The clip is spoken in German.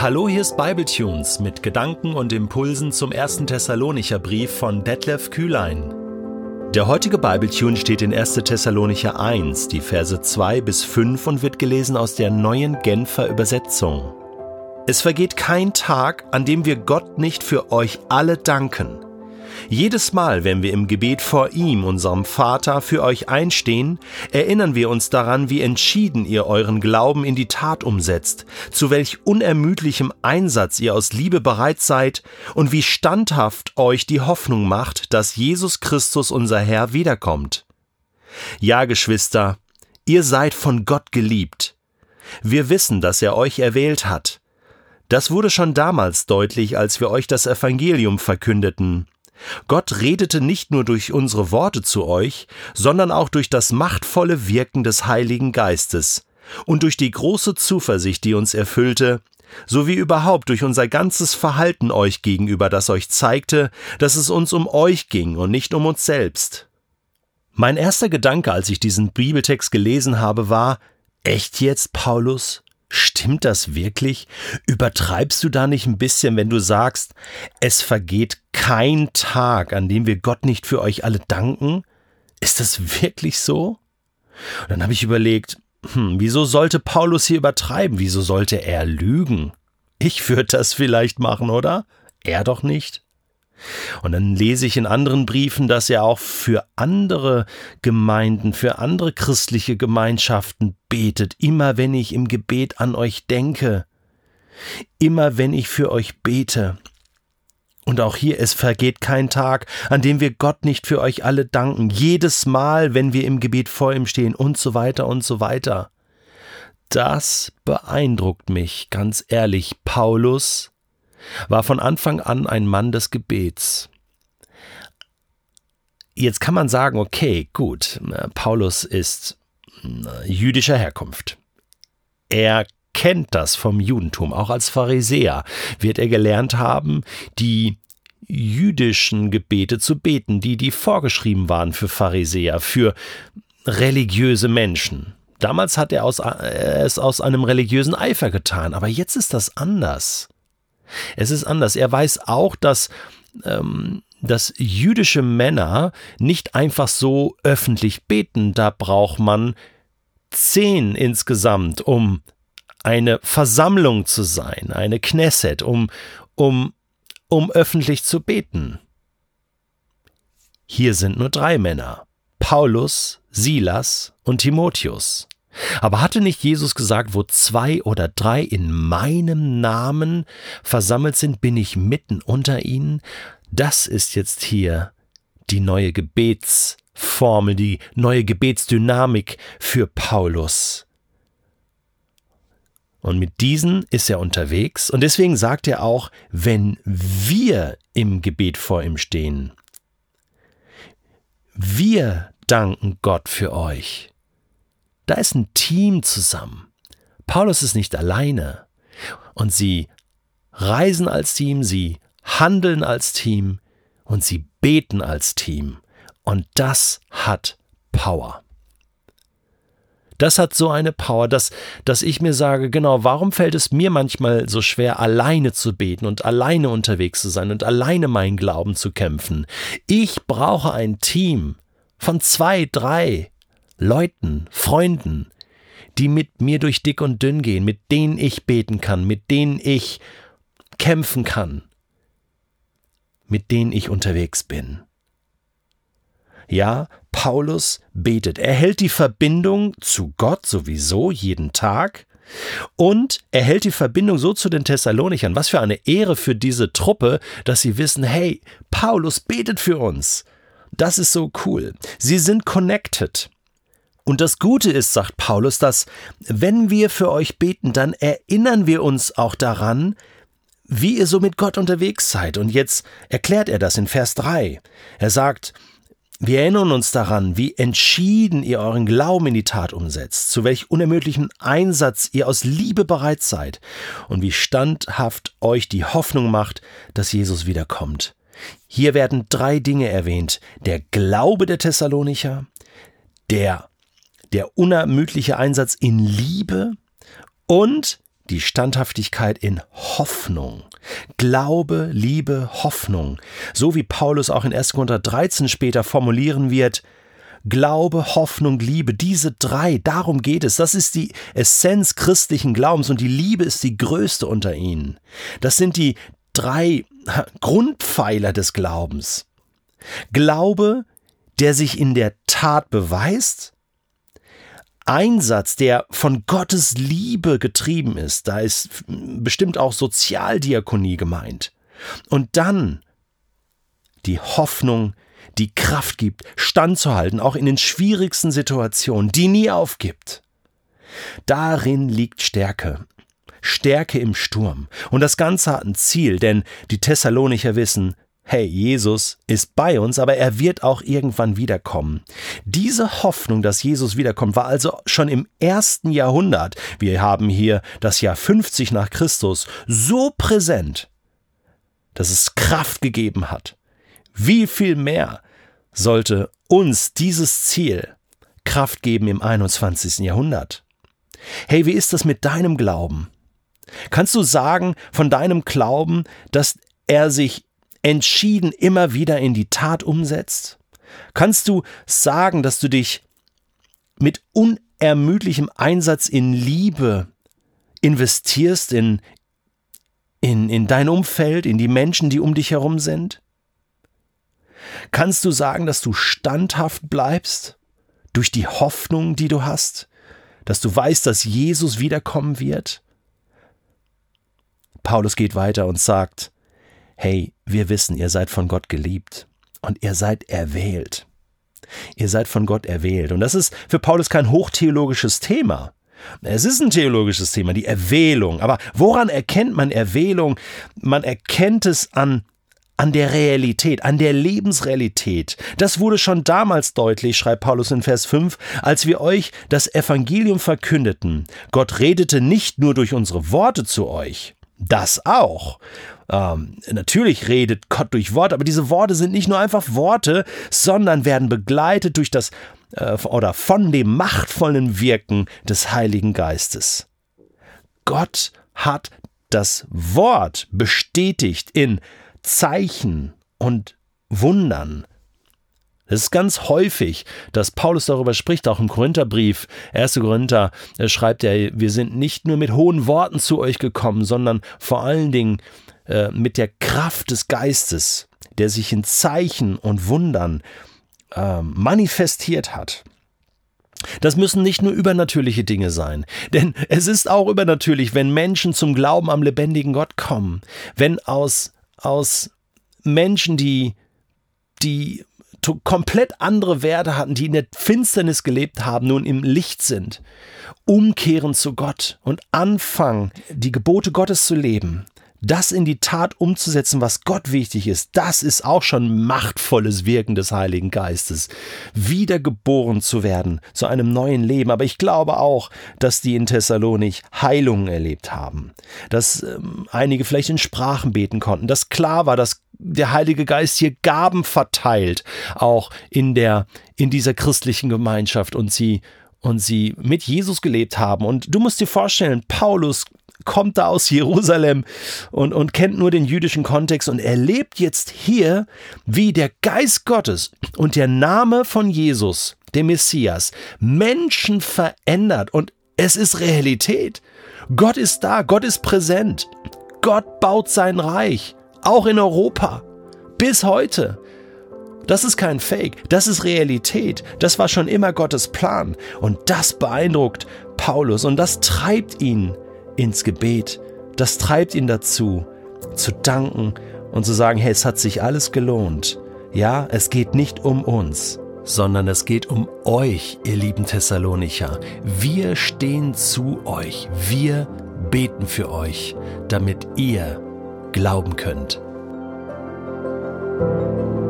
Hallo, hier ist Bibletunes mit Gedanken und Impulsen zum 1. Thessalonicher Brief von Detlef Kühlein. Der heutige Bibletune steht in 1. Thessalonicher 1, die Verse 2 bis 5 und wird gelesen aus der neuen Genfer Übersetzung. Es vergeht kein Tag, an dem wir Gott nicht für euch alle danken. Jedes Mal, wenn wir im Gebet vor ihm, unserem Vater, für euch einstehen, erinnern wir uns daran, wie entschieden ihr euren Glauben in die Tat umsetzt, zu welch unermüdlichem Einsatz ihr aus Liebe bereit seid und wie standhaft euch die Hoffnung macht, dass Jesus Christus unser Herr wiederkommt. Ja, Geschwister, ihr seid von Gott geliebt. Wir wissen, dass er euch erwählt hat. Das wurde schon damals deutlich, als wir euch das Evangelium verkündeten. Gott redete nicht nur durch unsere Worte zu euch, sondern auch durch das machtvolle Wirken des Heiligen Geistes und durch die große Zuversicht, die uns erfüllte, sowie überhaupt durch unser ganzes Verhalten euch gegenüber, das euch zeigte, dass es uns um euch ging und nicht um uns selbst. Mein erster Gedanke, als ich diesen Bibeltext gelesen habe, war: Echt jetzt, Paulus? Stimmt das wirklich? Übertreibst du da nicht ein bisschen, wenn du sagst, es vergeht kein Tag, an dem wir Gott nicht für euch alle danken? Ist das wirklich so? Und dann habe ich überlegt, wieso sollte Paulus hier übertreiben? Wieso sollte er lügen? Ich würde das vielleicht machen, oder? Er doch nicht. Und dann lese ich in anderen Briefen, dass er auch für andere Gemeinden, für andere christliche Gemeinschaften betet, immer wenn ich im Gebet an euch denke, immer wenn ich für euch bete. Und auch hier, es vergeht kein Tag, an dem wir Gott nicht für euch alle danken, jedes Mal, wenn wir im Gebet vor ihm stehen und so weiter und so weiter. Das beeindruckt mich, ganz ehrlich. Paulus war von Anfang an ein Mann des Gebets. Jetzt kann man sagen, okay, gut, Paulus ist jüdischer Herkunft. Er kennt das vom Judentum, auch als Pharisäer wird er gelernt haben, die jüdischen Gebete zu beten, die vorgeschrieben waren für Pharisäer, für religiöse Menschen. Damals hat er es aus einem religiösen Eifer getan, aber jetzt ist das anders. Es ist anders. Er weiß auch, dass jüdische Männer nicht einfach so öffentlich beten. Da braucht man 10 insgesamt, um eine Versammlung zu sein, eine Knesset, um öffentlich zu beten. Hier sind nur 3 Männer: Paulus, Silas und Timotheus. Aber hatte nicht Jesus gesagt, wo 2 oder 3 in meinem Namen versammelt sind, bin ich mitten unter ihnen? Das ist jetzt hier die neue Gebetsformel, die neue Gebetsdynamik für Paulus. Und mit diesen ist er unterwegs und deswegen sagt er auch, wenn wir im Gebet vor ihm stehen, wir danken Gott für euch. Da ist ein Team zusammen. Paulus ist nicht alleine. Und sie reisen als Team, sie handeln als Team und sie beten als Team. Und das hat Power. Das hat so eine Power, dass ich mir sage, genau, warum fällt es mir manchmal so schwer, alleine zu beten und alleine unterwegs zu sein und alleine meinen Glauben zu kämpfen? Ich brauche ein Team von 2, 3 Leuten, Freunden, die mit mir durch dick und dünn gehen, mit denen ich beten kann, mit denen ich kämpfen kann, mit denen ich unterwegs bin. Ja, Paulus betet. Er hält die Verbindung zu Gott sowieso jeden Tag und er hält die Verbindung so zu den Thessalonichern. Was für eine Ehre für diese Truppe, dass sie wissen, hey, Paulus betet für uns. Das ist so cool. Sie sind connected. Und das Gute ist, sagt Paulus, dass wenn wir für euch beten, dann erinnern wir uns auch daran, wie ihr so mit Gott unterwegs seid. Und jetzt erklärt er das in Vers 3. Er sagt, wir erinnern uns daran, wie entschieden ihr euren Glauben in die Tat umsetzt, zu welch unermüdlichem Einsatz ihr aus Liebe bereit seid und wie standhaft euch die Hoffnung macht, dass Jesus wiederkommt. Hier werden 3 Dinge erwähnt: der Glaube der Thessalonicher, der unermüdliche Einsatz in Liebe und die Standhaftigkeit in Hoffnung. Glaube, Liebe, Hoffnung. So wie Paulus auch in 1. Korinther 13 später formulieren wird, Glaube, Hoffnung, Liebe, diese drei, darum geht es. Das ist die Essenz christlichen Glaubens und die Liebe ist die größte unter ihnen. Das sind die drei Grundpfeiler des Glaubens. Glaube, der sich in der Tat beweist, Einsatz, der von Gottes Liebe getrieben ist, da ist bestimmt auch Sozialdiakonie gemeint. Und dann die Hoffnung, die Kraft gibt, standzuhalten, auch in den schwierigsten Situationen, die nie aufgibt. Darin liegt Stärke. Stärke im Sturm. Und das Ganze hat ein Ziel, denn die Thessalonicher wissen, hey, Jesus ist bei uns, aber er wird auch irgendwann wiederkommen. Diese Hoffnung, dass Jesus wiederkommt, war also schon im 1. Jahrhundert, wir haben hier das Jahr 50 nach Christus, so präsent, dass es Kraft gegeben hat. Wie viel mehr sollte uns dieses Ziel Kraft geben im 21. Jahrhundert? Hey, wie ist das mit deinem Glauben? Kannst du sagen von deinem Glauben, dass er sich entschieden immer wieder in die Tat umsetzt? Kannst du sagen, dass du dich mit unermüdlichem Einsatz in Liebe investierst in dein Umfeld, in die Menschen, die um dich herum sind? Kannst du sagen, dass du standhaft bleibst durch die Hoffnung, die du hast, dass du weißt, dass Jesus wiederkommen wird? Paulus geht weiter und sagt, hey, wir wissen, ihr seid von Gott geliebt und ihr seid erwählt. Ihr seid von Gott erwählt. Und das ist für Paulus kein hochtheologisches Thema. Es ist ein theologisches Thema, die Erwählung. Aber woran erkennt man Erwählung? Man erkennt es an der Realität, an der Lebensrealität. Das wurde schon damals deutlich, schreibt Paulus in Vers 5, als wir euch das Evangelium verkündeten. Gott redete nicht nur durch unsere Worte zu euch, das auch. Natürlich redet Gott durch Worte, aber diese Worte sind nicht nur einfach Worte, sondern werden begleitet durch das oder von dem machtvollen Wirken des Heiligen Geistes. Gott hat das Wort bestätigt in Zeichen und Wundern. Es ist ganz häufig, dass Paulus darüber spricht, auch im Korintherbrief, 1. Korinther, schreibt er, wir sind nicht nur mit hohen Worten zu euch gekommen, sondern vor allen Dingen mit der Kraft des Geistes, der sich in Zeichen und Wundern manifestiert hat. Das müssen nicht nur übernatürliche Dinge sein, denn es ist auch übernatürlich, wenn Menschen zum Glauben am lebendigen Gott kommen, wenn aus Menschen, die komplett andere Werte hatten, die in der Finsternis gelebt haben, nun im Licht sind, umkehren zu Gott und anfangen, die Gebote Gottes zu leben, das in die Tat umzusetzen, was Gott wichtig ist, das ist auch schon machtvolles Wirken des Heiligen Geistes, wiedergeboren zu werden zu einem neuen Leben. Aber ich glaube auch, dass die in Thessalonich Heilungen erlebt haben, dass einige vielleicht in Sprachen beten konnten, dass klar war, dass der Heilige Geist hier Gaben verteilt, auch in dieser christlichen Gemeinschaft und sie mit Jesus gelebt haben. Und du musst dir vorstellen, Paulus kommt da aus Jerusalem und kennt nur den jüdischen Kontext und erlebt jetzt hier, wie der Geist Gottes und der Name von Jesus, dem Messias, Menschen verändert und es ist Realität. Gott ist da, Gott ist präsent. Gott baut sein Reich, auch in Europa, bis heute. Das ist kein Fake, das ist Realität. Das war schon immer Gottes Plan und das beeindruckt Paulus und das treibt ihn ins Gebet. Das treibt ihn dazu, zu danken und zu sagen, hey, es hat sich alles gelohnt. Ja, es geht nicht um uns, sondern es geht um euch, ihr lieben Thessalonicher. Wir stehen zu euch. Wir beten für euch, damit ihr glauben könnt.